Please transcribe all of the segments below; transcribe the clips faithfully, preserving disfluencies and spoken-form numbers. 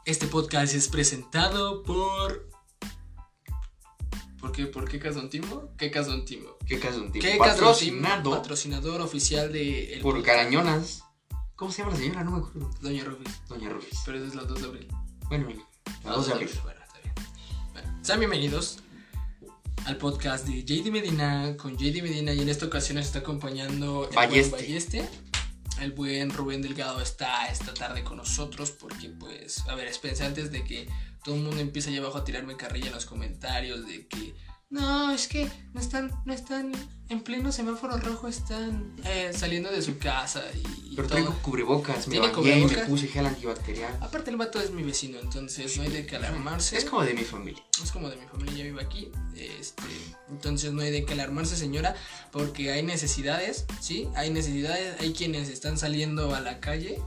Este podcast es presentado por... ¿Por qué? ¿Por qué Casontimo? ¿Qué Casontimo? ¿Qué Casontimo? ¿Qué Patrocinado. Patrocinador oficial de... el Por podcast. Carañonas. ¿Cómo se llama la señora? No me acuerdo. Doña Rufis. Doña Rufis. Pero esa es la dos de abril. Bueno, la dos de abril. Bueno, está bien. Bueno, sean bienvenidos al podcast de J D Medina con J D Medina, y en esta ocasión nos está acompañando el Balleste. buen Balleste. El buen Rubén Delgado está esta tarde con nosotros porque, pues, a ver, espérense, antes de que todo el mundo empiece allá abajo a tirarme carrilla en los comentarios de que no, es que no están, no están en pleno semáforo rojo, están eh, saliendo de su casa y, y Pero todo. traigo cubrebocas, me ¿Tiene bañé y me cubrebocas? puse gel antibacterial. Aparte el vato es mi vecino, entonces no hay de qué alarmarse. Es como de mi familia. Es como de mi familia, ya vive aquí. Este, entonces no hay de qué alarmarse, señora, porque hay necesidades, ¿sí? Hay necesidades, hay quienes están saliendo a la calle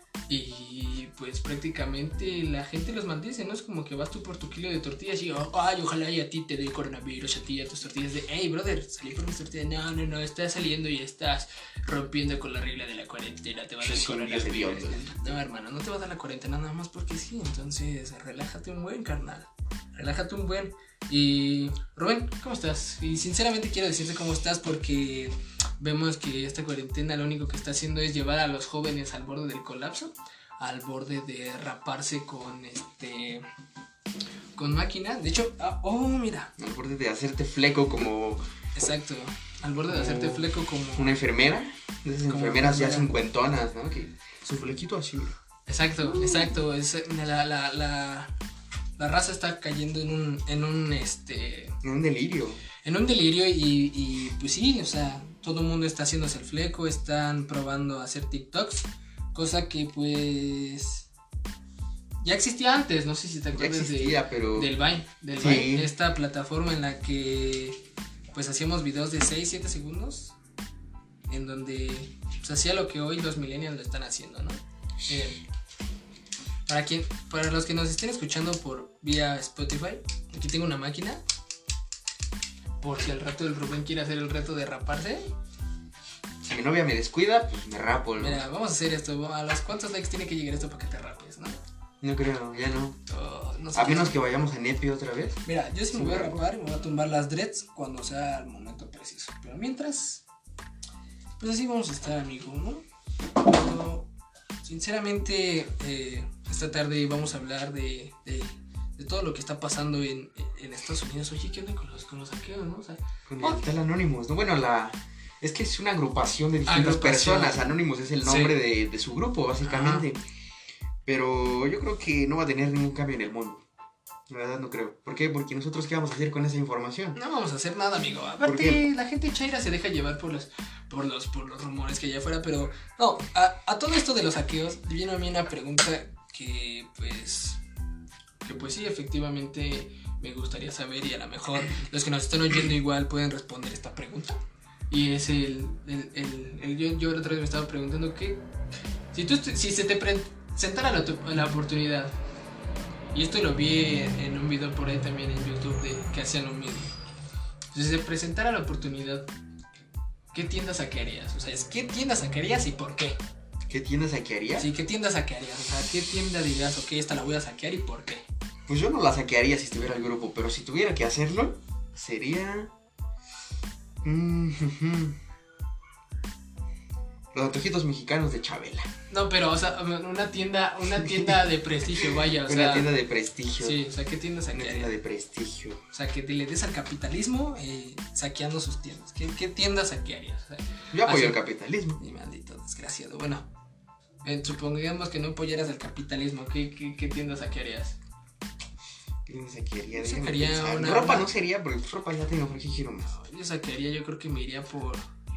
y pues prácticamente la gente los maldice, ¿no? Es como que vas tú por tu kilo de tortillas y oh, ay, ojalá y a ti te dé coronavirus, a ti y a tus tortillas de, hey, brother, salí por mis tortillas. No, no, no, estás saliendo y estás rompiendo con la regla de la cuarentena, te vas a dar Sí, coronavirus. Dios, Dios. No, hermano, no te vas a dar la cuarentena nada más porque sí, entonces relájate un buen, carnal. Relájate un buen. Y Rubén, ¿cómo estás? Y sinceramente quiero decirte cómo estás porque vemos que esta cuarentena lo único que está haciendo es llevar a los jóvenes al borde del colapso, al borde de raparse con este con máquina. De hecho, ah, oh, mira. Al borde de hacerte fleco como Exacto, al borde de hacerte fleco como una enfermera. De esas Como enfermeras ya enfermera. cincuentonas, ¿no? Que su flequito así. Exacto, exacto, es, la, la, la, la raza está cayendo en un en un este Un delirio. En un delirio y, y pues sí, o sea, todo el mundo está haciéndose el fleco, están probando a hacer TikToks, cosa que pues ya existía antes, no sé si te Ya acuerdas existía, de, pero... del Vine, del Sí. Vine, esta plataforma en la que pues hacíamos videos de seis, siete segundos, en donde pues hacía lo que hoy los millennials lo están haciendo, ¿no? Miren, para, quien, para los que nos estén escuchando por vía Spotify, aquí tengo una máquina. Por si al rato el Rubén quiere hacer el reto de raparse. Si mi novia me descuida, pues me rapo, ¿no? Mira, vamos a hacer esto. ¿A los cuántos likes tiene que llegar esto para que te rapes, no? No creo, ya no. Oh, no sé A qué- menos que vayamos a Nepi otra vez. Mira, yo sí me Sí, voy a claro. rapar y me voy a tumbar las dreads cuando sea el momento preciso. Pero mientras, pues así vamos a estar, amigo, ¿no? Pero, sinceramente, eh, esta tarde vamos a hablar de, de, de todo lo que está pasando en, en Estados Unidos. Oye, ¿qué onda con los, con los saqueos, no? O sea, Con Oh. el tal Anonymous, ¿no? Bueno, la... Es que es una agrupación de distintas Agrupación. personas. Anonymous es el nombre Sí. de, de su grupo, básicamente. Pero yo creo que no va a tener ningún cambio en el mundo. La verdad no creo. ¿Por qué? Porque nosotros qué vamos a hacer con esa información. no vamos a hacer nada, amigo. ¿Por Aparte, qué? la gente chaira se deja llevar por los, por los, por los rumores que hay afuera. Pero, no, a, a todo esto de los saqueos, viene a mí una pregunta que, pues, que pues sí, efectivamente me gustaría saber. Y a lo mejor los que nos están oyendo igual pueden responder esta pregunta. Y es el, el, el, el- yo, yo la otra vez me estaba preguntando que si, tú, est- si se te presentara la, tu- la oportunidad, y esto lo vi en, en un video por ahí también en YouTube de que hacían lo mismo. Si se presentara la oportunidad, ¿qué tiendas saquearías? O sea, es ¿qué tiendas saquearías y por qué? ¿Qué tiendas saquearía? Sí, ¿qué tiendas saquearías? O sea, ¿qué tienda dirías, ok, esta la voy a saquear y por qué? Pues yo no la saquearía si estuviera el grupo, pero si tuviera que hacerlo, sería... Mm, ujú. Los antojitos mexicanos de Chabela. No, pero, o sea, una tienda, una tienda de prestigio, vaya, o sea. Una tienda de prestigio. Sí, o sea, ¿qué tiendas Una tienda saquearías? de prestigio. O sea, que te le des al capitalismo eh, saqueando sus tiendas. ¿Qué, qué tiendas saquearías? O sea, Yo apoyo así- el capitalismo. Ni maldito desgraciado. Bueno, eh, supongamos que no apoyaras el capitalismo. ¿Qué, qué, qué tiendas saquearías? ¿Qué tienda saquearía? Yo Déjame sacaría pensar. una- Ropa una- no sería, porque ropa ya tengo, ¿por qué quiero más? Yo saquearía, yo creo que me iría por...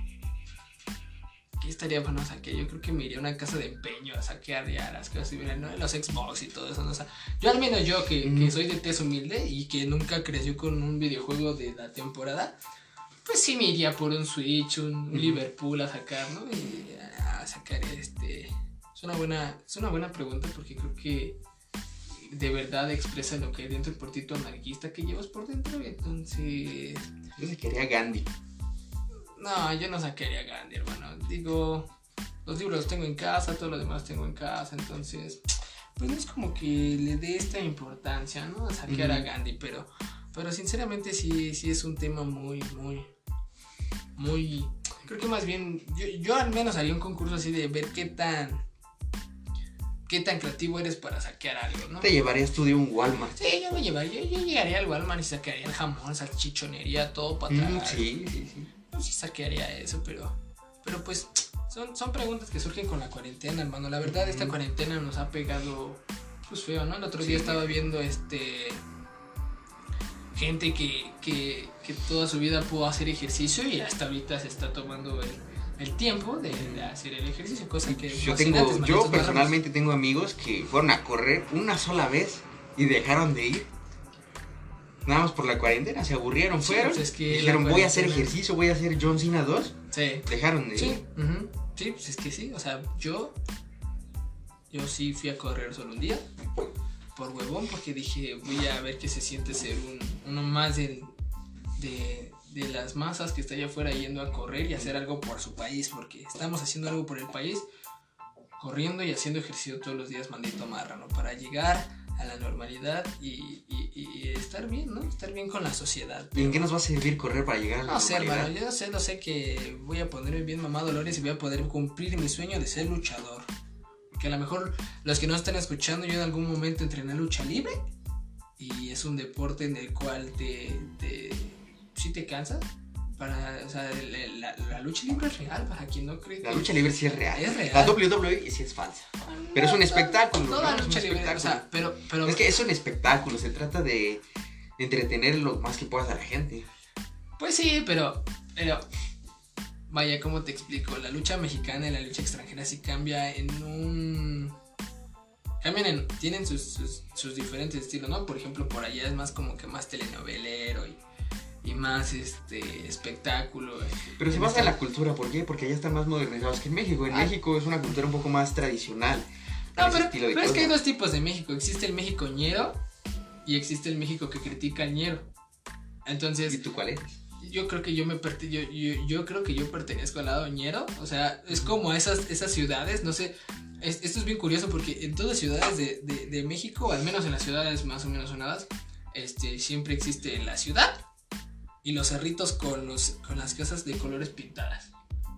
¿Qué estaría bueno saquear? Yo creo que me iría a una casa de empeño a saquear ya las cosas, ¿no? Los Xbox y todo eso, ¿no? O sea, yo al menos yo que, Mm. que soy de tez humilde y que nunca creció con un videojuego de la temporada, pues sí me iría por un Switch, un, un Mm. Liverpool a sacar, ¿no? Y a sacar este... Es una buena, es una buena pregunta porque creo que de verdad expresa lo que hay dentro por ti tu anarquista que llevas por dentro, entonces... Yo saquearía Gandhi. No, yo no saquearía Gandhi, hermano. Digo, los libros los tengo en casa, todo lo demás tengo en casa, entonces pues no es como que le dé esta importancia, ¿no? A saquear uh-huh. a Gandhi, pero, pero sinceramente sí, sí es un tema muy, muy, muy, creo que más bien, yo, yo al menos haría un concurso así de ver qué tan, qué tan creativo eres para saquear algo, ¿no? Te llevarías tú de un Walmart. Sí, yo me llevaría, yo, yo llegaría al Walmart y sacaría el jamón, salchichonería, todo para atrás. Mm, sí, sí, sí. Yo sí saquearía eso, pero, pero pues son, son preguntas que surgen con la cuarentena, hermano. La verdad, esta cuarentena nos ha pegado pues feo, ¿no? El otro sí. día estaba viendo este gente que, que, que toda su vida pudo hacer ejercicio y hasta ahorita se está tomando el, el tiempo de, de hacer el ejercicio, cosa que yo tengo, yo personalmente tengo amigos que fueron a correr una sola vez y dejaron de ir. Nada más por la cuarentena, se aburrieron, sí, fueron, pues es que dijeron voy a hacer ejercicio, voy a hacer John Cena dos. Sí. Dejaron de sí. ir. Uh-huh. Sí, pues es que sí, o sea, yo yo sí fui a correr solo un día por huevón, porque dije voy a ver qué se siente ser un, uno más de, de, de las masas que está allá afuera yendo a correr y hacer algo por su país, porque estamos haciendo algo por el país, corriendo y haciendo ejercicio todos los días, maldito marrano, para llegar a la normalidad y, y, y estar bien, ¿no? Estar bien con la sociedad. Pero... ¿y en qué nos va a servir correr para llegar a la no normalidad? No sé, hermano, yo sé, no sé que voy a ponerme bien mamado Dolores y voy a poder cumplir mi sueño de ser luchador. Que a lo mejor los que no están escuchando, yo en algún momento entrené lucha libre y es un deporte en el cual te, te sí te cansas. Para, o sea, la, la lucha libre es real, para quien no cree que... La lucha libre sí es real. Es real. La doble u doble u E sí es falsa. No, pero es un espectáculo. Toda ¿no? la lucha es un libre, o sea, pero, pero... Es que es un espectáculo, se trata de entretener lo más que puedas a la gente. Pues sí, pero... pero vaya, ¿cómo te explico? La lucha mexicana y la lucha extranjera sí cambia en un... Cambian en... Tienen sus, sus, sus diferentes estilos, ¿no? Por ejemplo, por allá es más como que más telenovelero y... y más este espectáculo. Pero se basa en la cultura, ¿por qué? Porque allá están más modernizados que en México. En ah. México es una cultura un poco más tradicional. No, pero, pero es que hay dos tipos de México. Existe el México ñero y existe el México que critica al ñero. Entonces, ¿y tú cuál eres? Yo creo que yo me perte, yo, yo, yo creo que yo pertenezco al lado ñero. O sea, es como esas, esas ciudades, no sé. Es, esto es bien curioso porque en todas ciudades de, de, de México, al menos en las ciudades más o menos sonadas, este, siempre existe la ciudad y los cerritos con, los, con las casas de colores pintadas.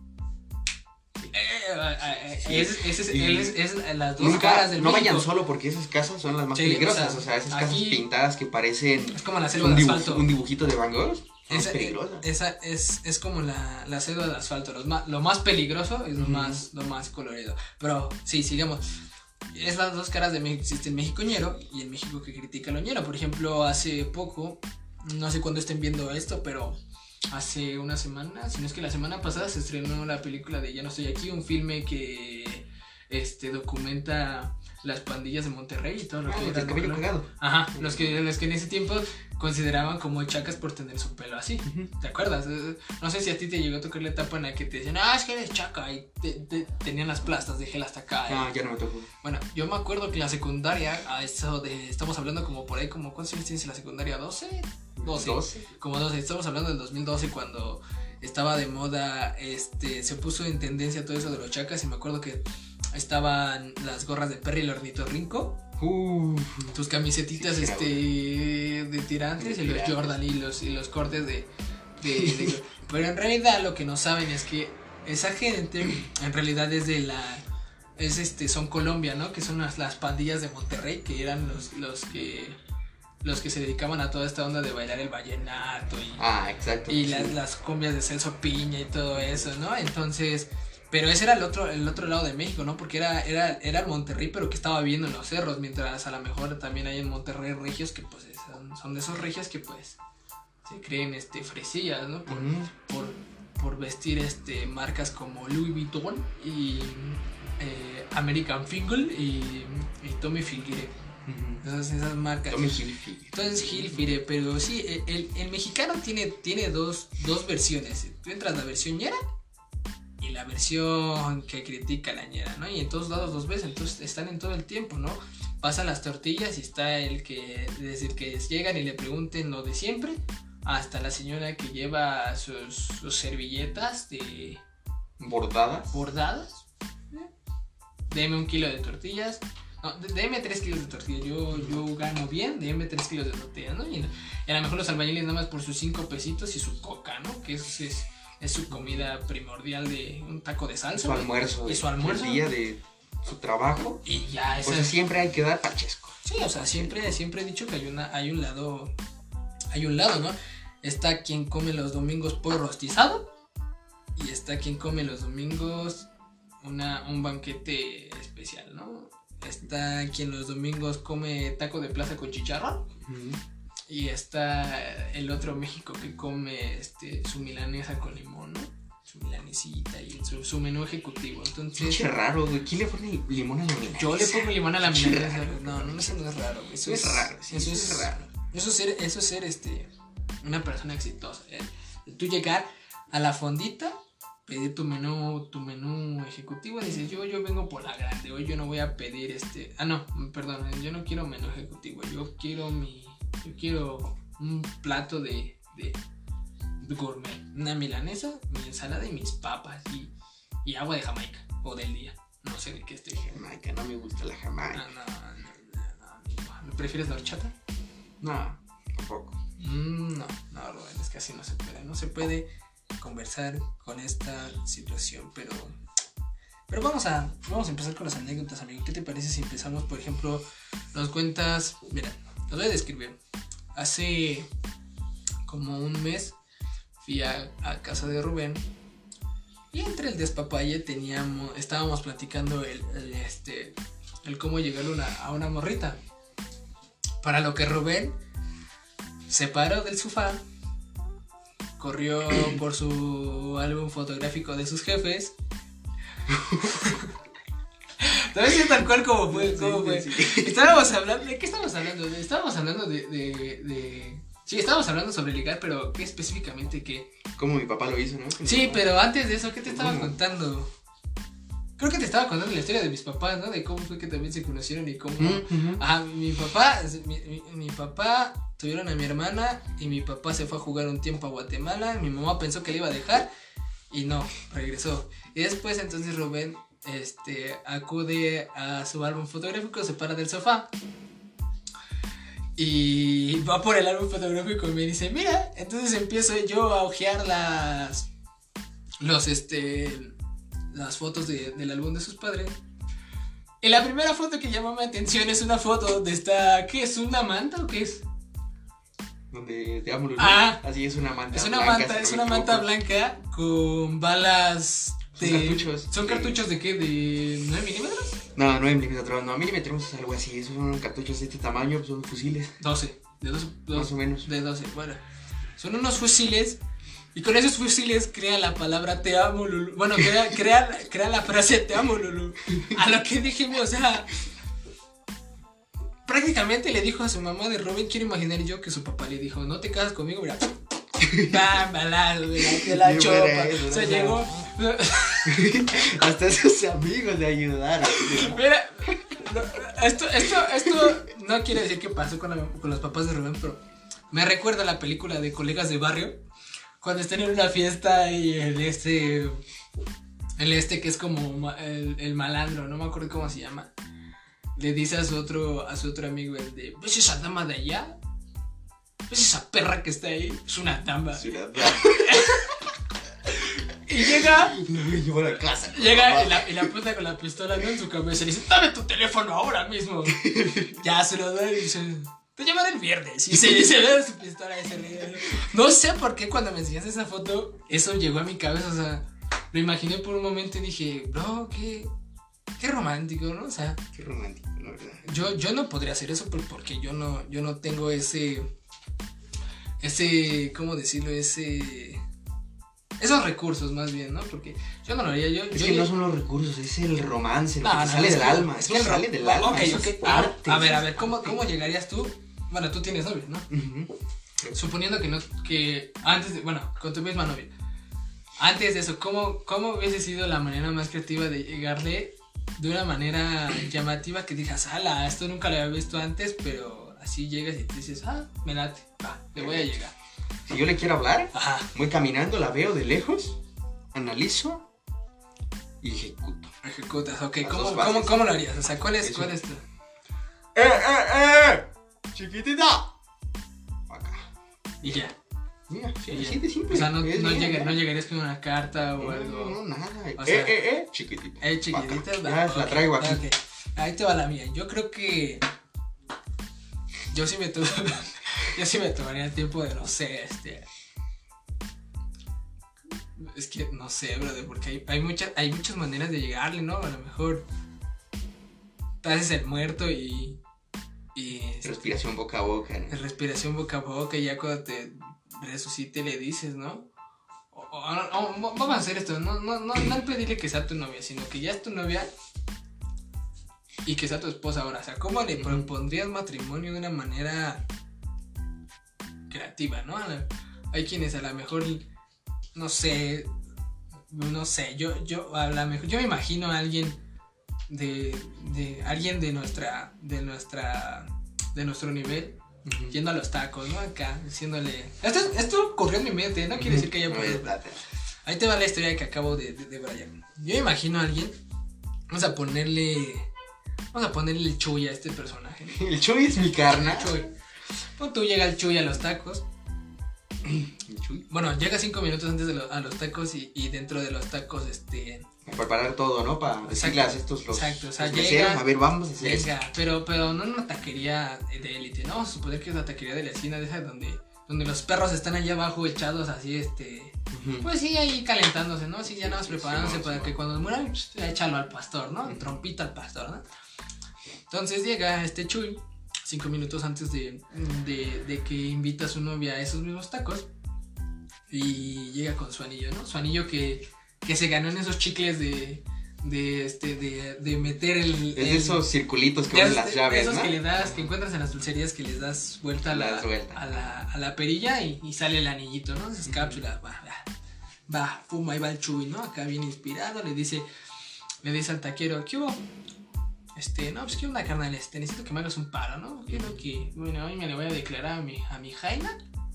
Es, es, es, es, es las dos nunca, caras del no México. vayan solo porque esas casas son las más sí, peligrosas. O sea, o sea esas aquí, casas pintadas que parecen es como la selva un, de dibuj, asfalto. un dibujito de Van Gogh. Esa, esa es, es como la, la selva de asfalto. Los más, lo más peligroso es lo, mm. más, lo más colorido. Pero sí, sigamos. Es las dos caras de México. Existe el México ñero y el México que critica lo ñero. Por ejemplo, hace poco, no sé cuándo estén viendo esto, pero hace una semana, si no es que la semana pasada, se estrenó la película de Ya no estoy aquí, un filme que este documenta las pandillas de Monterrey y todo lo ah, que era cabello cagado. Ajá, los que, los que en ese tiempo consideraban como chacas por tener su pelo así. Uh-huh. ¿Te acuerdas? No sé si a ti te llegó a tocar la etapa en la que te decían, ah, es que eres chaca, y te, te, tenían las plastas de gel hasta acá. Ah, y... ya no me tocó. Bueno, yo me acuerdo que en la secundaria, a eso de, estamos hablando como por ahí, como ¿cuántos años tienes en la secundaria? ¿doce? doce. doce. Como doce, estamos hablando del dos mil doce cuando estaba de moda, este, se puso en tendencia todo eso de los chacas y me acuerdo que estaban las gorras de Perry y el ornitorrinco. Uh, tus camisetitas sí, este de tirantes de y los tirantes. Jordan y los, y los cortes de, de, de pero en realidad lo que no saben es que esa gente en realidad es de la es este son Colombia, ¿no? Que son las, las pandillas de Monterrey que eran los, los que los que se dedicaban a toda esta onda de bailar el vallenato y, ah, exacto, y sí. las, las cumbias de Celso Piña y todo eso, ¿no? Entonces, pero ese era el otro, el otro lado de México, ¿no? Porque era, era, era el Monterrey, pero que estaba viviendo en los cerros, mientras a lo mejor también hay en Monterrey regios que pues son, son de esos regios que pues se creen este fresillas, ¿no? Por, uh-huh. por, por vestir este marcas como Louis Vuitton y eh, American Eagle y, y Tommy Hilfiger. Uh-huh. Esas, esas marcas. Tommy Hilfiger. Entonces Hilfiger, pero sí, el, el, el mexicano tiene, tiene dos, dos versiones. Tú entras la versión ñera y la versión que critica la ñera, ¿no? Y en todos lados los ves, entonces están en todo el tiempo, ¿no? Pasan las tortillas y está el que, desde que llegan y le pregunten lo de siempre, hasta la señora que lleva sus, sus servilletas de... ¿Bordadas? Bordadas. ¿Eh? Deme un kilo de tortillas, no, déme tres kilos de tortilla, yo, yo gano bien, déme tres kilos de tortilla, ¿no? Y, y a lo mejor los albañiles nada más por sus cinco pesitos y su coca, ¿no? Que es, es, es su comida primordial de un taco de salsa. Su almuerzo. Y su almuerzo. El día de su trabajo. Y ya, esa pues siempre hay que dar pachesco. Sí, o sea, siempre, siempre he dicho que hay, una, hay un lado, hay un lado, ¿no? Está quien come los domingos pollo rostizado y está quien come los domingos una, un banquete especial, ¿no? Está quien los domingos come taco de plaza con chicharrón. Uh-huh. Y está el otro México que come este, su milanesa con limón, ¿no? Su milanesita y su, su menú ejecutivo. Entonces, qué raro, güey. ¿Quién le pone limón a la milanesa? Yo le pongo limón a la milanesa. No, no, eso no es raro. Eso es, es raro. Sí, eso, eso es, es raro. Eso es ser, eso es ser este, una persona exitosa. ¿eh? Tú llegar a la fondita, pedir tu menú, tu menú ejecutivo, y dices, yo, yo vengo por la grande, hoy yo no voy a pedir este. Ah, no, perdón, yo no quiero menú ejecutivo, yo quiero mi. Yo quiero un plato de, de, de gourmet, una milanesa, mi ensalada y mis papas y, y agua de Jamaica o del día. No sé de qué esté. Jamaica, no me gusta la Jamaica. No, no, no, no, no. ¿Prefieres la horchata? No, tampoco. Mm, no, no, Rubén, es que así no se puede. No se puede conversar con esta situación, pero. Pero vamos a, vamos a empezar con las anécdotas, amigo. ¿Qué te parece si empezamos, por ejemplo, nos cuentas. Mira. Lo voy a describir. Hace como un mes fui a, a casa de Rubén y entre el despapalle teníamos, estábamos platicando el, el, este, el cómo llegarle una, a una morrita. Para lo que Rubén se paró del sofá, corrió por su álbum fotográfico de sus jefes. ¿Sabes si tal cual como fue? ¿Cómo fue? Sí, sí. Estábamos hablando, ¿de qué estábamos hablando? Estábamos hablando de, de, de... Sí, estábamos hablando sobre ligar, pero ¿qué específicamente qué? Como mi papá lo hizo, ¿no? Sí, pero antes de eso, ¿qué te estaba ¿Cómo? contando? Creo que te estaba contando la historia de mis papás, ¿no? De cómo fue que también se conocieron y cómo... Uh-huh. Ah, mi papá, mi, mi, mi papá tuvieron a mi hermana y mi papá se fue a jugar un tiempo a Guatemala. Mi mamá pensó que le iba a dejar y no, regresó. Y después entonces Rubén... Este, acude a su álbum fotográfico, se para del sofá y va por el álbum fotográfico y me dice, mira, entonces empiezo yo a ojear las los este las fotos de, del álbum de sus padres y la primera foto que llama mi atención es una foto donde está, ¿qué es? ¿Una manta o qué es? Donde te amo, ah, así es una manta es una blanca, manta, es una manta poco. blanca con balas. Son de, cartuchos. ¿Son sí. cartuchos de qué? ¿De nueve milímetros? No, nueve milímetros, no, milímetros es algo así. Esos son cartuchos de este tamaño, son fusiles. doce, de doce, doce, más o menos. De doce, bueno. Son unos fusiles y con esos fusiles crea la palabra te amo, Lulu. Bueno, crea, crea, crea la frase te amo, Lulu. A lo que dijimos, o sea, prácticamente le dijo a su mamá de Robin, quiero imaginar yo que su papá le dijo, no te casas conmigo, mira. Bam, balado, de la, la chopa. Eso, o sea, no, llegó. No. Hasta sus amigos le ayudaron. Mira, no, esto, esto, esto no quiere decir que pasó con, la, con los papás de Rubén, pero me recuerda a la película de Colegas de Barrio. Cuando están en una fiesta y el este. El este que es como el, el malandro, no me acuerdo cómo se llama. Le dice a su otro, a su otro amigo, el de, ¿ves esa dama de allá? ¿Ves esa perra que está ahí? Es una dama. Es una dama. Y llega. Me llevó a la casa. Llega y la, y la apunta con la pistola, ¿no? En su cabeza y dice: dame tu teléfono ahora mismo. Ya se lo da y dice: te llamaré el viernes. Y se, se ve su pistola y se ríe. No sé por qué cuando me enseñaste esa foto, eso llegó a mi cabeza. O sea, lo imaginé por un momento y dije: bro, qué. Qué romántico, ¿no? O sea. Qué romántico, la verdad. Yo, yo no podría hacer eso porque yo no, yo no tengo ese. Ese. ¿Cómo decirlo? Ese. Esos recursos más bien, ¿no? Porque yo no lo haría yo. Es yo que yo... no son los recursos, es el romance, lo no, que no, sale es del que, alma. Es que que sale ro... del alma. Okay, eso okay. es arte. A ver, a ver, ¿cómo, cómo llegarías tú? Bueno, tú tienes novia, ¿no? Uh-huh. Suponiendo que no, que antes de, bueno, con tu misma novia. Antes de eso, ¿cómo, cómo hubiese sido la manera más creativa de llegarle de una manera llamativa que digas, ala, esto nunca lo había visto antes, pero así llegas y te dices, ah, me late, va, le voy a llegar. Si yo le quiero hablar, ajá, voy caminando, la veo de lejos, analizo y ejecuto. Ejecutas, ok. ¿Cómo, ¿cómo, ¿Cómo lo harías? O sea, ¿cuál es, cuál es tu...? ¡Eh, eh, eh! ¡Chiquitita! Acá. Y ya. Mira, sí, así de simple. O sea, no, no, llega, no llegarías con una carta o no, algo. No, no, nada. O eh, sea, eh, eh, chiquitita. Eh, chiquitita. Ya okay. La traigo aquí. Okay. Ahí te va la mía. Yo creo que. Yo sí me tuve. Yo sí me tomaría el tiempo de, no sé, este. Es que no sé, brother, porque hay, hay, muchas, hay muchas maneras de llegarle, ¿no? A lo mejor te haces el muerto y. y respiración boca a boca, ¿no? Respiración boca a boca, y ya cuando te resucite le dices, ¿no? O, o, o, vamos a hacer esto, no, no, no, no pedirle que sea tu novia, sino que ya es tu novia y que sea tu esposa ahora. O sea, ¿cómo le propondrías matrimonio de una manera creativa, ¿no? Hay quienes a lo mejor, no sé, no sé, yo, yo a lo mejor, yo me imagino a alguien de, de alguien de nuestra, de nuestra, de nuestro nivel. Uh-huh. Yendo a los tacos, ¿no? Acá, diciéndole. Esto, esto ocurrió en mi mente, no quiere uh-huh. decir que haya podido. Ahí te va la historia que acabo de, de, de Brian. Yo me imagino a alguien. Vamos a ponerle. Vamos a ponerle el Chuy a este personaje. El Chuy es mi carnal. Chuy. Pues tú llega el Chuy a los tacos. ¿El Chuy? Bueno, llega cinco minutos antes de lo, a los tacos y, y dentro de los tacos, este. A preparar todo, ¿no? Para decirle a estos los. Exacto, o sea, los llega. Meseros, a ver, vamos a hacer llega, esto. pero, pero no en una taquería de élite, ¿no? Vamos a suponer que es la taquería de la esquina de esa donde, donde los perros están allá abajo echados así, este. Uh-huh. Pues sí, ahí calentándose, ¿no? Sí, ya nada más preparándose sí, para sí, que sí. Cuando mueran, pues, échalo al pastor, ¿no? Uh-huh. Trompita al pastor, ¿no? Entonces llega este Chuy, cinco minutos antes de, de, de que invita a su novia a esos mismos tacos. Y llega con su anillo, ¿no? Su anillo que, que se ganó en esos chicles de. De este, de, de meter el. Es de esos circulitos que ponen las llaves. Esos ¿no? que le das, que encuentras en las dulcerías, que les das vuelta a la, vuelta. a la, a la perilla y, y sale el anillito, ¿no? Esas uh-huh. cápsulas, va, va, va, fuma, ahí va el Chuy, ¿no? Acá bien inspirado, le dice, le dice al taquero, ¿qué hubo? Este, no, pues quiero una carnal, este, necesito que me hagas un paro, ¿no? Quiero que, bueno, hoy me le voy a declarar a mi, a mi Jaina.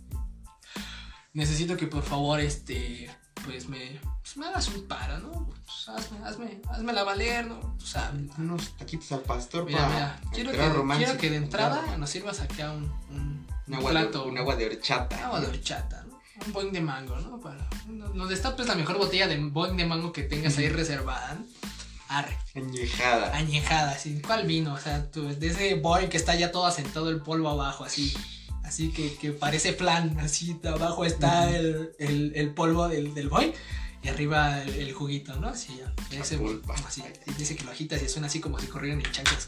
Necesito que por favor, este, pues me, pues me hagas un paro, ¿no? Pues hazme, hazme, hazme la valer, ¿no? Tú sabes. Unos taquitos al pastor mira, para mira, quiero que, quiero que de entrada nos sirvas acá un, un, un, un agua plato. De, un agua de horchata. Un agua de horchata, ¿no? Un boing de mango, ¿no? Para, nos destapes la mejor botella de boing de mango que tengas ahí reservada, ¿no? Arre. Añejada. Añejada, sí. ¿Cuál vino? O sea, tú, de ese boing que está ya todo asentado el polvo abajo, así. Así que, que parece flan, así abajo está uh-huh. el, el, el polvo del, del boing y arriba el, el juguito, ¿no? Así, ese, así, dice que lo agitas y suena así como si corrieran en chanclas.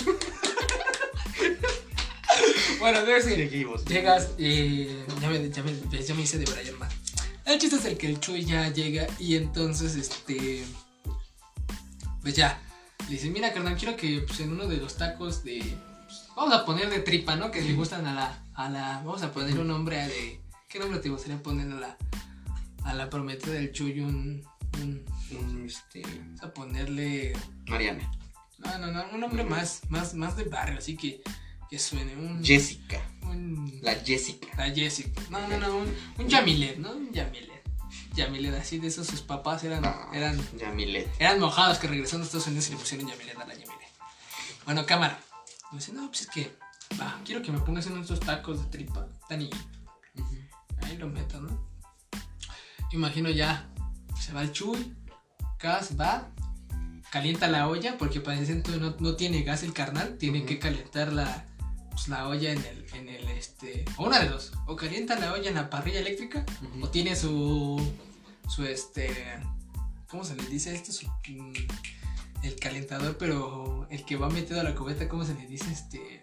Bueno, entonces llegas y ya me, ya, me, ya me hice de Brian más. El chiste es el que el Chuy ya llega y entonces, este, pues ya, le dice, mira carnal, quiero que pues, en uno de los tacos de... Vamos a poner de tripa, ¿no? Que le gustan a la, a la... Vamos a poner un nombre de... ¿Qué nombre te gustaría poner a la... A la prometida del Chuy? Un... Un... un este... Vamos a ponerle... Mariana. No, no, no. Un nombre más, más, más de barrio, así que... Que suene un... Jessica. Un... La Jessica. La Jessica. No, no, no. Un, un Yamilet, ¿no? Un Yamilet. Yamilet, así de esos sus papás eran... No, eran Yamilet. Eran mojados que regresaron a Estados Unidos y le pusieron Yamilet a la Yamilet. Bueno, cámara. Me dice, no, pues es que, va, quiero que me pongas en estos tacos de tripa, tan y uh-huh. Ahí lo meto, ¿no? Imagino ya, se va el Chuy, Cas va, calienta la olla, porque para ese entonces no, no tiene gas el carnal, tiene uh-huh. que calentar la, pues, la olla en el, en el, este, o una de dos, o calienta la olla en la parrilla eléctrica, uh-huh. o tiene su, su, este, ¿cómo se le dice esto? Su... El calentador, pero el que va metido a la cubeta, ¿cómo se le dice? Este.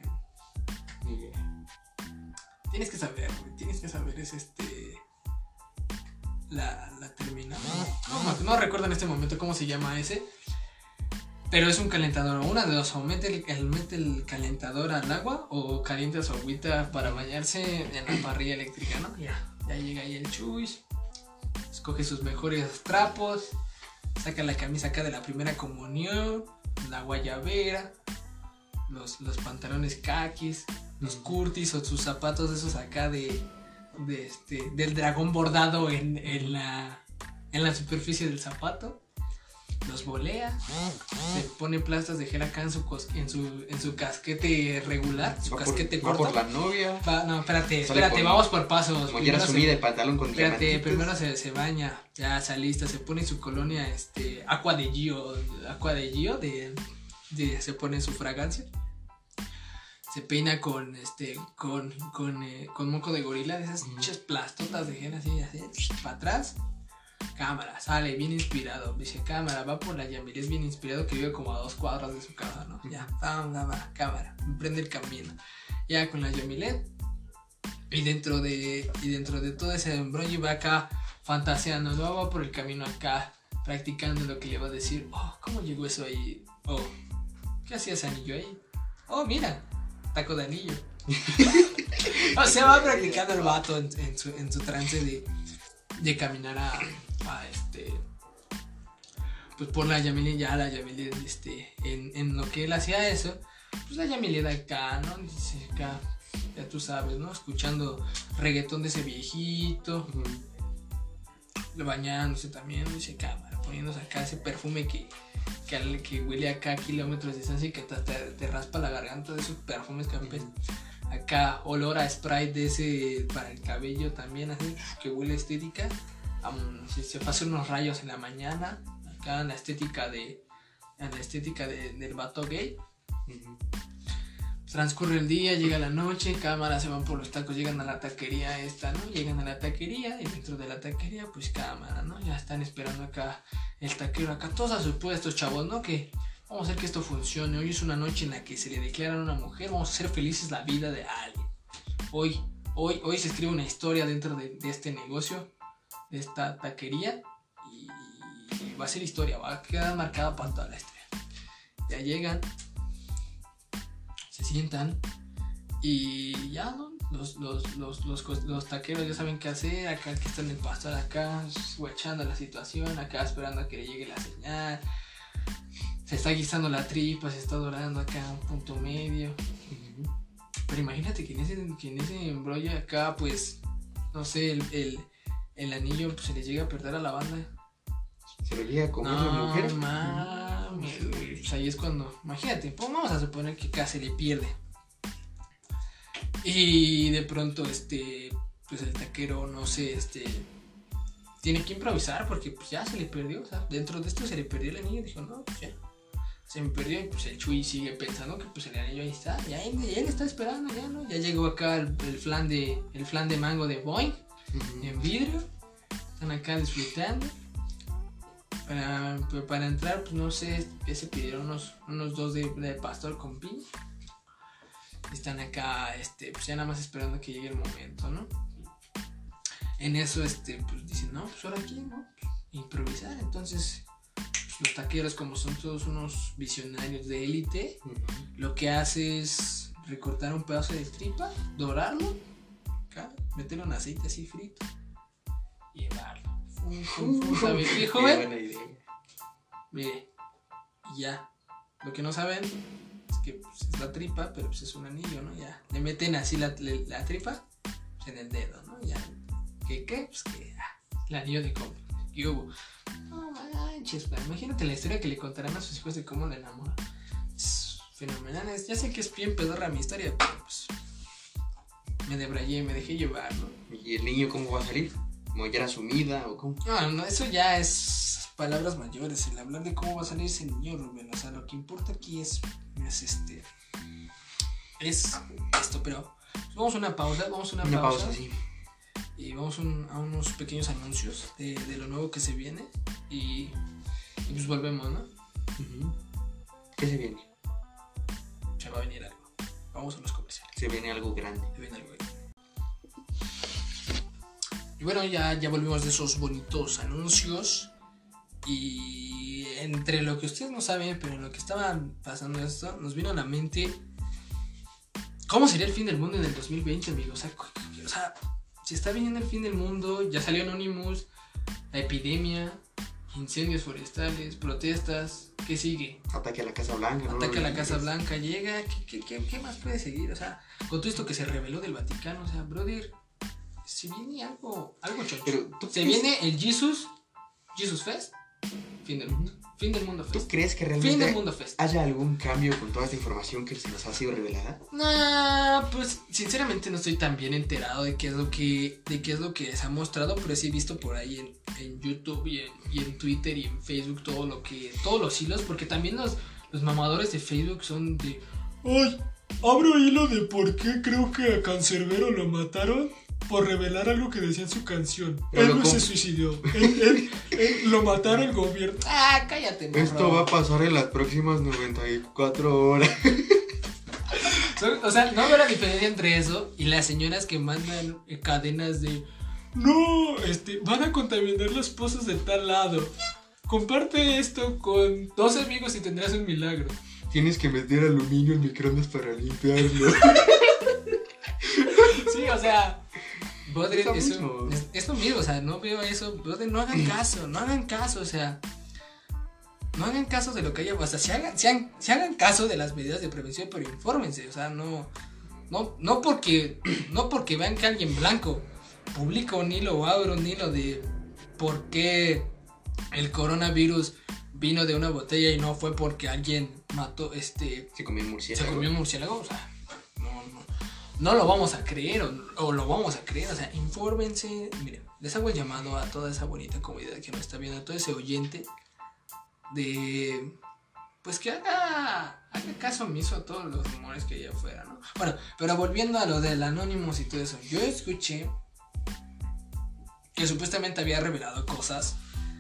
Tienes que saber, tienes que saber, es este. La, la terminal. No, no, no recuerdo en este momento cómo se llama ese. Pero es un calentador, o una de dos, o mete el, el, mete el calentador al agua, o calienta su agüita para bañarse en la parrilla eléctrica, ¿no? Ya, ya llega ahí el Chuy, escoge sus mejores trapos. Saca la camisa acá de la primera comunión, la guayabera, los, los pantalones kakis, los curtis o sus zapatos esos acá de, de este, del dragón bordado en, en, la, en la superficie del zapato. los volea, se pone plastas de gel acá en su, en su, en su casquete regular, su va casquete por, corto. Va por la novia. Va, no, espérate, espérate, vamos por pasos. Mollera sumida y pantalón con Espérate, diamantitos. primero se, se baña, ya se alista, se pone su colonia, este, Aqua de Gio, Aqua de Gio, de, de, se pone su fragancia. Se peina con, este, con, con, eh, con moco de gorila, de esas pinches mm. plastotas de gel así, así, para atrás. Cámara, sale bien inspirado. Dice, cámara, va por la Yamilet bien inspirado, que vive como a dos cuadras de su casa, ¿no? Ya, va, va, va, cámara, emprende el camino. Ya con la Yamilet. Y dentro de, y dentro de todo ese embrollo va acá fantaseando, ¿no? Va por el camino acá, practicando lo que le va a decir. Oh, ¿cómo llegó eso ahí? Oh, ¿qué hacía ese anillo ahí? Oh, mira, taco de anillo. O sea, va practicando el vato en, en, su, en su trance de, de caminar a, a este, pues por la Yamilet, ya la Yamilet, este, en, en lo que él hacía eso, pues la Yamilet acá, ¿no? Dice acá, ya tú sabes, ¿no? Escuchando reggaetón de ese viejito, uh-huh. bañándose también, dice cámara, poniéndose acá ese perfume que, que, que huele acá a kilómetros de distancia y que te, te, te raspa la garganta, de esos perfumes campes. Uh-huh. Acá olor a Sprite de ese para el cabello también, así que huele a estética. Um, se, se pasa unos rayos en la mañana, acá en la estética de en la estética de, del vato gay. Uh-huh. Transcurre el día, llega la noche, cámara, se van por los tacos, llegan a la taquería esta, ¿no? Llegan a la taquería y dentro de la taquería, pues cámara, ¿no? Ya están esperando acá el taquero, acá todos a sus puestos, chavos, ¿no? Que vamos a hacer que esto funcione. Hoy es una noche en la que se le declaran a una mujer, vamos a hacer felices la vida de alguien. Hoy, hoy, hoy se escribe una historia dentro de, de este negocio, de esta taquería, y, y va a ser historia, va a quedar marcada para toda la historia. Ya llegan, se sientan y ya, ¿no? Los, los, los, los, los taqueros ya saben qué hacer. Acá que están en pastor acá, guachando la situación, acá esperando a que le llegue la señal. Se está guisando la tripa, se está dorando acá un punto medio. Uh-huh. Pero imagínate que en ese, que en ese embrollo acá, pues, no sé, el, el, el anillo pues, se le llega a perder a la banda. ¿Se lo llega a comer no, la mujer? No mames, güey. Pues ahí es cuando, imagínate, pues vamos a suponer que acá se le pierde. Y de pronto, este, pues el taquero, no sé, este, tiene que improvisar porque pues ya se le perdió. O sea, dentro de esto se le perdió el anillo y dijo, no, pues ya, se me perdió. Y pues el Chuy sigue pensando que pues el anillo ahí está. Y ahí, y él está esperando, ya, ¿no? Ya llegó acá el, el flan de, el flan de mango de Boing, uh-huh. en vidrio. Están acá disfrutando. Para, para entrar, pues no sé, se pidieron unos, unos dos de, de pastor con piña. Están acá, este, pues ya nada más esperando que llegue el momento, ¿no? En eso, este, pues dicen, no, pues ahora aquí, ¿no? Pues, improvisar. Entonces, pues, los taqueros, como son todos unos visionarios de élite, uh-huh. lo que hace es recortar un pedazo de tripa, dorarlo, acá, meterlo en aceite así frito y llevarlo. Fum, fum, fum, ¿sabes qué, joven? Qué buena idea. Mire, y ya. Lo que no saben es que pues, es la tripa, pero pues es un anillo, ¿no? Ya. Le meten así la, la, la tripa pues, en el dedo, ¿no? Ya. ¿Qué qué? Pues que ah, el anillo de compra. ¿Qué hubo? No manches, imagínate la historia que le contarán a sus hijos de cómo la enamoran. Es fenomenal. Ya sé que es bien pedorra mi historia, pero pues me debrayé, me dejé llevar, ¿no? ¿Y el niño cómo va a salir? ¿Mollera sumida o cómo? No, no, eso ya es palabras mayores. El hablar de cómo va a salir ese niño, Rubén. O sea, lo que importa aquí es, es este. Es esto, pero vamos a una pausa, vamos a una, una pausa. pausa, sí. Y vamos un, a unos pequeños anuncios de, de lo nuevo que se viene. Y, y pues volvemos, ¿no? Uh-huh. ¿Qué se viene? Se va a venir algo. Vamos a los comerciales. Se viene algo grande. Se viene algo grande. Y bueno, ya, ya volvimos de esos bonitos anuncios. Y entre lo que ustedes no saben, pero en lo que estaba pasando esto, nos vino a la mente ¿cómo sería el fin del mundo en el dos mil veinte, amigos? O sea, o sea, se está viniendo el fin del mundo, ya salió Anonymous, la epidemia, incendios forestales, protestas, ¿qué sigue? Ataque a la Casa Blanca. Ataque ¿no? a la Casa Blanca, llega, ¿qué, qué, qué, ¿qué más puede seguir? O sea, con todo esto que se reveló del Vaticano, o sea, brother, se viene algo, algo chocho. Pero, se viene el Jesus, Jesus Fest, fin del mundo. Fin del mundo fest. ¿Tú crees que realmente fin del mundo fest. haya algún cambio con toda esta información que se nos ha sido revelada? Nah, pues sinceramente no estoy tan bien enterado de qué es lo que de qué es lo que se ha mostrado, pero sí he visto por ahí en, en YouTube y en, y en Twitter y en Facebook todo lo que todos los hilos, porque también los, los mamadores de Facebook son de ay, abro hilo de por qué creo que a Cancerbero lo mataron por revelar algo que decía en su canción. Pero él no se suicidó. Él, él, él lo mataron el gobierno. Ah, cállate, morro. Esto va a pasar en las próximas noventa y cuatro horas. O sea, no veo la diferencia entre eso y las señoras que mandan cadenas de no, este, van a contaminar los pozos de tal lado. Comparte esto con dos amigos y tendrás un milagro. Tienes que meter aluminio en microondas para limpiarlo. Sí, o sea, brother, es, eso, es, es lo mismo, o sea, no veo eso, brother, no hagan caso, no hagan caso, o sea, no hagan caso de lo que haya, o sea, si hagan, si hagan, si hagan caso de las medidas de prevención, pero infórmense, o sea, no, no, no porque, no porque vean que alguien blanco publica un hilo o abre un hilo de por qué el coronavirus vino de una botella y no fue porque alguien mató, este, se comió un murciélago, se comió un murciélago, o sea, no lo vamos a creer o, o lo vamos a creer, o sea, infórmense. Miren, les hago el llamado a toda esa bonita comunidad que nos está viendo, a todo ese oyente de, pues que haga, haga caso omiso a todos los rumores que hay afuera, ¿no? Bueno, pero volviendo a lo del Anonymous y todo eso, yo escuché que supuestamente había revelado cosas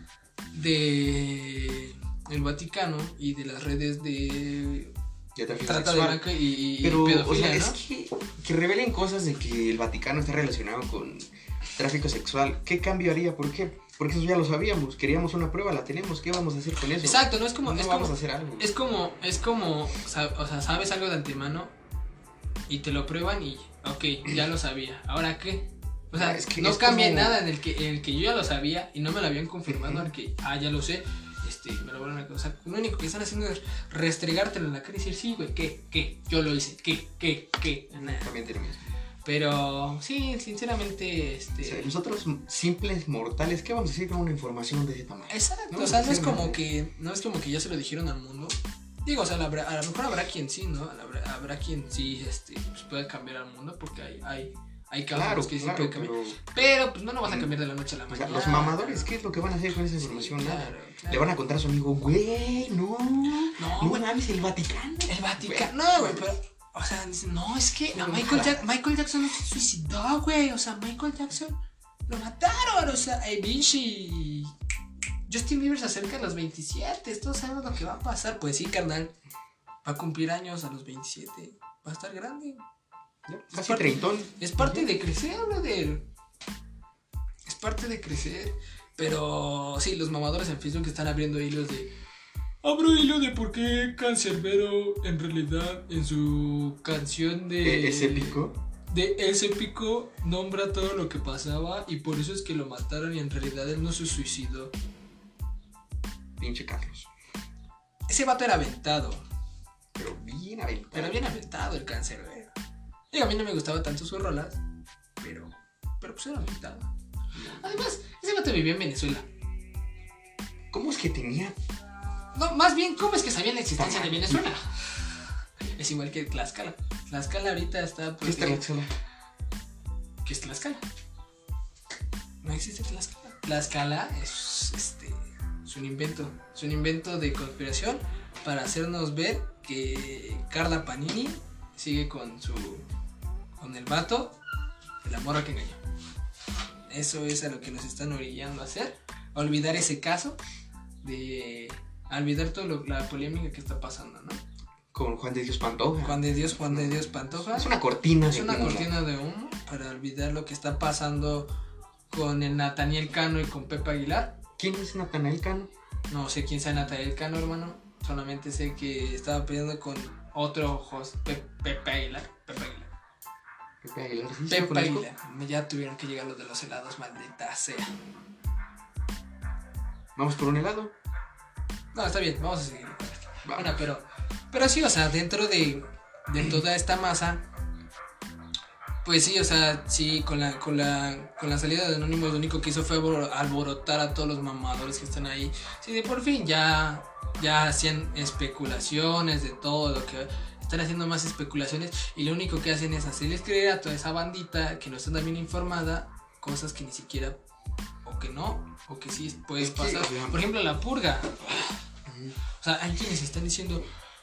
de el Vaticano y de las redes de trata de blanca y, y pero pedofilia, o sea, ¿no? Es que, que revelen cosas de que el Vaticano está relacionado con tráfico sexual. ¿Qué cambio haría? ¿Por qué? Porque eso ya lo sabíamos. Queríamos una prueba, la tenemos. ¿Qué vamos a hacer con eso? Exacto, no es como no es vamos como, a hacer algo. Es como es como o sea, sabes algo de antemano y te lo prueban y ok, ya lo sabía. ¿Ahora qué? O sea, es que no cambia como... nada en el que en el que yo ya lo sabía y no me lo habían confirmado, uh-huh. en que ah, ya lo sé. Este, me lo vuelven a... O sea, lo único que están haciendo es restregártelo en la cara y decir, sí, güey, ¿qué? ¿Qué? Yo lo hice, ¿qué? ¿Qué? ¿Qué? Nada. También tiene mismo. Pero, sí, sinceramente, este... O sea, nosotros, simples mortales, ¿qué vamos a decir con una información de ese tamaño? Exacto, no, o sea, no es como que... No es como que ya se lo dijeron al mundo. Digo, o sea, a lo mejor habrá quien sí, ¿no? Habrá, habrá quien sí, este, pues pueda cambiar al mundo porque hay... hay Hay casos claro, que sí claro, puede cambiar. Pero... pero pues no lo vas a cambiar de la noche a la mañana. O sea, los mamadores, ¿qué es lo que van a hacer con esa información? Sí, claro, claro. Le van a contar a su amigo, güey, no. No, no mames, el Vaticano. El Vaticano. No, güey, pero. O sea, no, es que no, Michael, Jack, Michael Jackson no se suicidó, güey. O sea, Michael Jackson lo mataron. O sea, hey, Vinci. Justin Bieber se acerca a los veintisiete. Todos sabemos lo que va a pasar. Pues sí, carnal. Va a cumplir años a los veintisiete. Va a estar grande. Ya, casi treintón. Es parte de crecer, habla de él. Es parte de crecer. Pero sí, los mamadores en Facebook están abriendo hilos de. Abro hilo de por qué Cancerbero en realidad en su canción de. ¿Es épico? De Es Épico nombra todo lo que pasaba y por eso es que lo mataron y en realidad él no se suicidó. Pinche Carlos. Ese vato era aventado. Pero bien aventado. Pero bien aventado el Cancerbero. Digo, a mí no me gustaban tanto sus rolas, pero, pero pues era aventado. Además, ese vato vivió en Venezuela. ¿Cómo es que tenía? No, más bien, ¿cómo es que sabían la existencia de Venezuela? Es igual que Tlaxcala. Tlaxcala ahorita está... ¿Qué es Tlaxcala? ¿Qué es Tlaxcala? No existe Tlaxcala. Tlaxcala es, este, es un invento. Es un invento de conspiración para hacernos ver que Carla Panini sigue con su... con el vato de la morra que engañó. Eso es a lo que nos están orillando a hacer. A olvidar ese caso de... a olvidar toda la polémica que está pasando, ¿no? Con Juan de Dios Pantoja. Juan de Dios, Juan de Dios Pantoja. Es una cortina Es de una humo. cortina de humo para olvidar lo que está pasando con el Nataniel Cano y con Pepe Aguilar. ¿Quién es Nataniel Cano? No sé quién sea Nataniel Cano, hermano. Solamente sé que estaba peleando con otro host, Pe- Pepe Aguilar. Pepe Aguilar. Pepe Aguilar, ¿sí? Pepe Aguilar. Ya tuvieron que llegar los de los helados, maldita sea. ¿Vamos por un helado? No, está bien, vamos a seguir. Bueno, pero, pero sí, o sea, dentro de, de toda esta masa, Pues sí, o sea, sí, con la, con la, con la salida de Anonymous lo único que hizo fue alborotar a todos los mamadores que están ahí. Sí, de por fin ya, ya hacían especulaciones de todo lo que... Están haciendo más especulaciones y lo único que hacen es hacerles creer a toda esa bandita que no está tan bien informada cosas que ni siquiera, o que no, o que sí puede es pasar. Que, por ejemplo, la purga. Uh-huh. O sea, hay quienes están diciendo,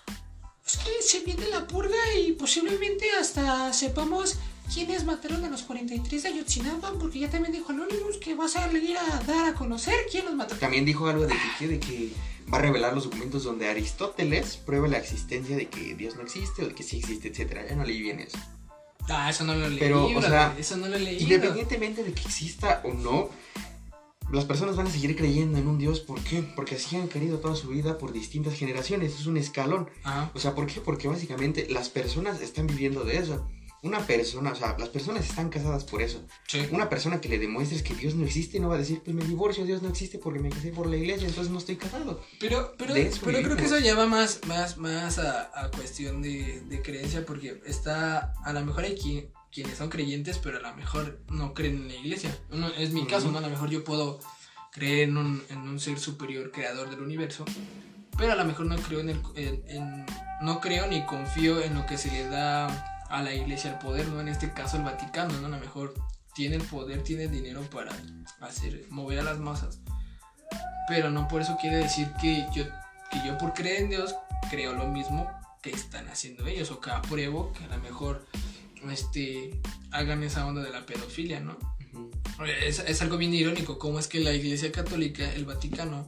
es que se viene la purga y posiblemente hasta sepamos quiénes mataron a los cuarenta y tres de Ayotzinapa, porque ya también dijo Anonymous que va a salir a dar a conocer quién los mató. También dijo algo de que, de que va a revelar los documentos donde Aristóteles prueba la existencia de que Dios no existe o de que sí existe, etcétera. Ya no leí bien eso. Ah, eso no lo leí. Pero, o sea, eso no lo leí. Independientemente de que exista o no, las personas van a seguir creyendo en un Dios. ¿Por qué? Porque así han querido toda su vida por distintas generaciones. Es un escalón. Ajá. O sea, ¿por qué? Porque básicamente las personas están viviendo de eso. Una persona, o sea, las personas están casadas por eso. Sí. Una persona que le demuestres que Dios no existe no va a decir, pues me divorcio, Dios no existe porque me casé por la iglesia, entonces no estoy casado. Pero, pero, pero creo que eso ya va más, más, más a, a cuestión de, de creencia, porque está, a lo mejor hay quien, quienes son creyentes, pero a lo mejor no creen en la iglesia. Uno, es mi uh-huh. caso, ¿no? A lo mejor yo puedo creer en un, en un ser superior creador del universo, pero a lo mejor no creo en el, en, en, no creo ni confío en lo que se le da a la iglesia el poder, ¿no? En este caso el Vaticano, ¿no? A lo mejor tiene el poder, tiene el dinero para hacer, mover a las masas, pero no por eso quiere decir que yo, que yo por creer en Dios creo lo mismo que están haciendo ellos, o que apruebo que a lo mejor este, hagan esa onda de la pedofilia, ¿no? Uh-huh. Es, es algo bien irónico, cómo es que la iglesia católica, el Vaticano,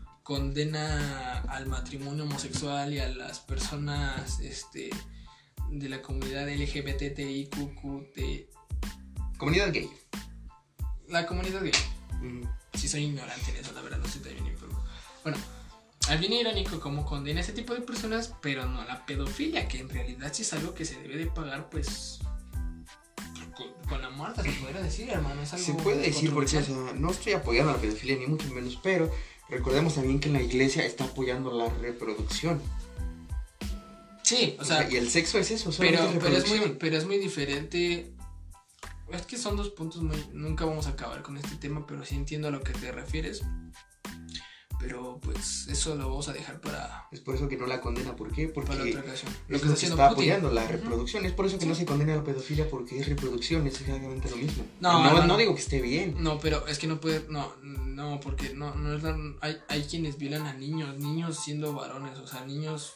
condena al matrimonio homosexual y a las personas, este... de la comunidad L G B T I Q Q T. Comunidad gay. La comunidad gay. Mm. Sí, soy ignorante en eso, la verdad, no estoy tan bien informado. Bueno, es bien irónico cómo condena a ese tipo de personas, pero no a la pedofilia, que en realidad sí es algo que se debe de pagar, pues, con, con la muerte, se podría decir, hermano. Es algo se puede decir, porque, o sea, no estoy apoyando a la pedofilia, ni mucho menos, pero recordemos también que la iglesia está apoyando la reproducción. Sí, o sea, o sea, y el sexo es eso, pero, pero, es muy, pero es muy diferente. Es que son dos puntos muy... Nunca vamos a acabar con este tema, pero sí entiendo a lo que te refieres. Pero pues eso lo vamos a dejar para... Es por eso que no la condena, ¿por qué? Porque para otra ocasión. Lo que se está Putin. apoyando, la reproducción. Uh-huh. Es por eso que sí. no se condena la pedofilia, porque es reproducción, es exactamente lo mismo. No, no, no, no, no digo que esté bien. No, pero es que no puede... No, no, porque no, no es la, hay, hay quienes violan a niños, niños siendo varones, o sea, niños...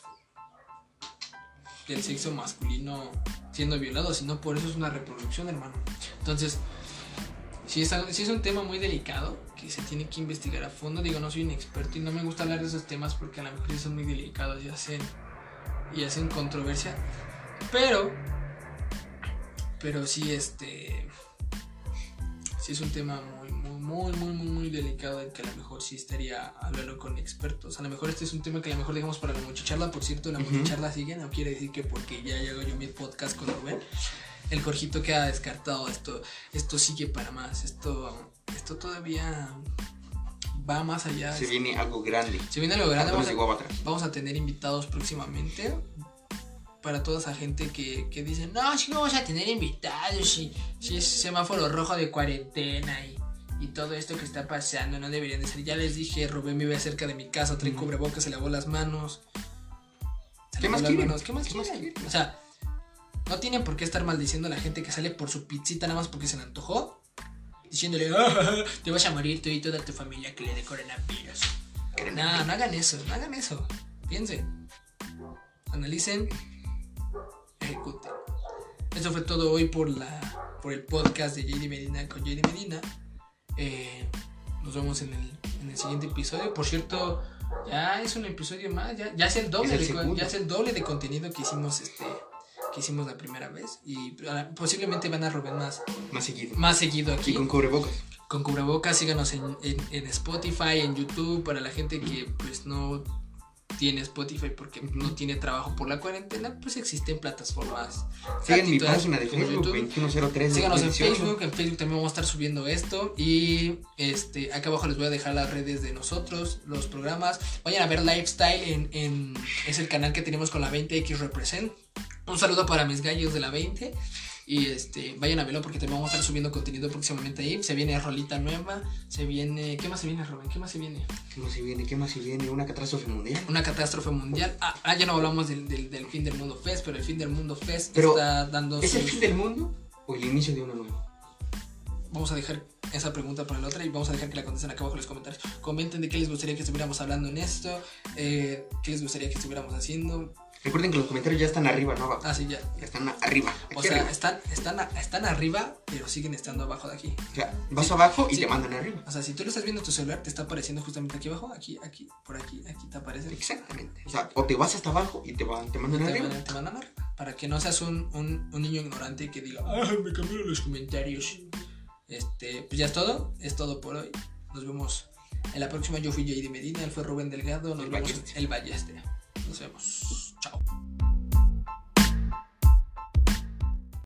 del sexo masculino siendo violado, sino por eso es una reproducción, hermano. Entonces, si es, si es un tema muy delicado que se tiene que investigar a fondo. Digo, no soy un experto y no me gusta hablar de esos temas porque a lo mejor son muy delicados y hacen, y hacen controversia, pero pero sí este sí es un tema muy muy muy muy muy delicado, del que a lo mejor sí estaría hablarlo con expertos. A lo mejor este es un tema que a lo mejor dejamos para la muchicharla. Por cierto, la uh-huh. muchicharla sigue, no quiere decir que porque ya llego yo mi podcast con Rubén, el Jorgito queda descartado. Esto esto sigue para más. Esto esto todavía va más allá. Se viene algo grande. Se viene algo grande. Vamos a, vamos a tener invitados próximamente. Para toda esa gente que, que dice, no, si no vamos a tener invitados, si, si es semáforo rojo de cuarentena y, y todo esto que está pasando, no deberían de ser. Ya les dije, Rubén vive cerca de mi casa, trae mm. cubrebocas, se lavó las manos. ¿Qué más, quieren? ¿Qué más quieren? O sea, no tienen por qué estar maldiciendo a la gente que sale por su pizzita nada más porque se le antojó, diciéndole, oh, te vas a morir tú y toda tu familia que le dé coronavirus. No, no hagan eso, no hagan eso. Piensen, analicen, ejecuten. Eso fue todo hoy por la por el podcast de J D Medina con J D Medina. Eh, nos vemos en el, en el siguiente episodio. Por cierto, ya es un episodio más, ya, ya es el doble es el de, ya es el doble de contenido que hicimos este que hicimos la primera vez, y posiblemente van a Rubén más más seguido. Más seguido aquí. Y con cubrebocas. Con cubrebocas, síganos en, en, en Spotify, en YouTube, para la gente que pues no tiene Spotify porque no tiene trabajo por la cuarentena, pues existen plataformas. Sigan mi página de Facebook, veintiuno cero tres. Síganos en Facebook, en Facebook también vamos a estar subiendo esto. Y este acá abajo les voy a dejar las redes de nosotros, los programas. Vayan a ver Lifestyle, en, en es el canal que tenemos con la veinte X Represent. Un saludo para mis gallos de la veinte. Y este, vayan a verlo porque también vamos a estar subiendo contenido próximamente ahí. Se viene rolita nueva, se viene... ¿Qué más se viene, Rubén? ¿Qué más se viene? ¿Qué más se viene? ¿Qué más se viene? ¿Una catástrofe mundial? Una catástrofe mundial. Ah, ah ya no hablamos del, del, del Fin del Mundo Fest, pero el Fin del Mundo Fest pero está dando... ¿Es sus... el fin del mundo o el inicio de uno nuevo? Vamos a dejar esa pregunta para la otra y vamos a dejar que la contesten acá abajo en los comentarios. Comenten de qué les gustaría que estuviéramos hablando en esto, eh, qué les gustaría que estuviéramos haciendo. Recuerden que los comentarios ya están arriba, ¿no? Abajo. Ah, sí, ya. Ya están arriba. O sea, arriba. Están, están, están arriba, pero siguen estando abajo de aquí. O sea, vas sí, abajo y sí. te mandan arriba. O sea, si tú lo estás viendo en tu celular, te está apareciendo justamente aquí abajo, aquí, aquí, por aquí, aquí te aparece. Exactamente. O sea, o te vas hasta abajo y te, van, te mandan te arriba. Van, te mandan arriba. Para que no seas un, un, un niño ignorante que diga, ah, me cambiaron los comentarios. Este, pues ya es todo, es todo por hoy. Nos vemos en la próxima. Yo fui J D Medina, él fue Rubén Delgado. Nos el vemos Ballester. el Ballester. Nos vemos.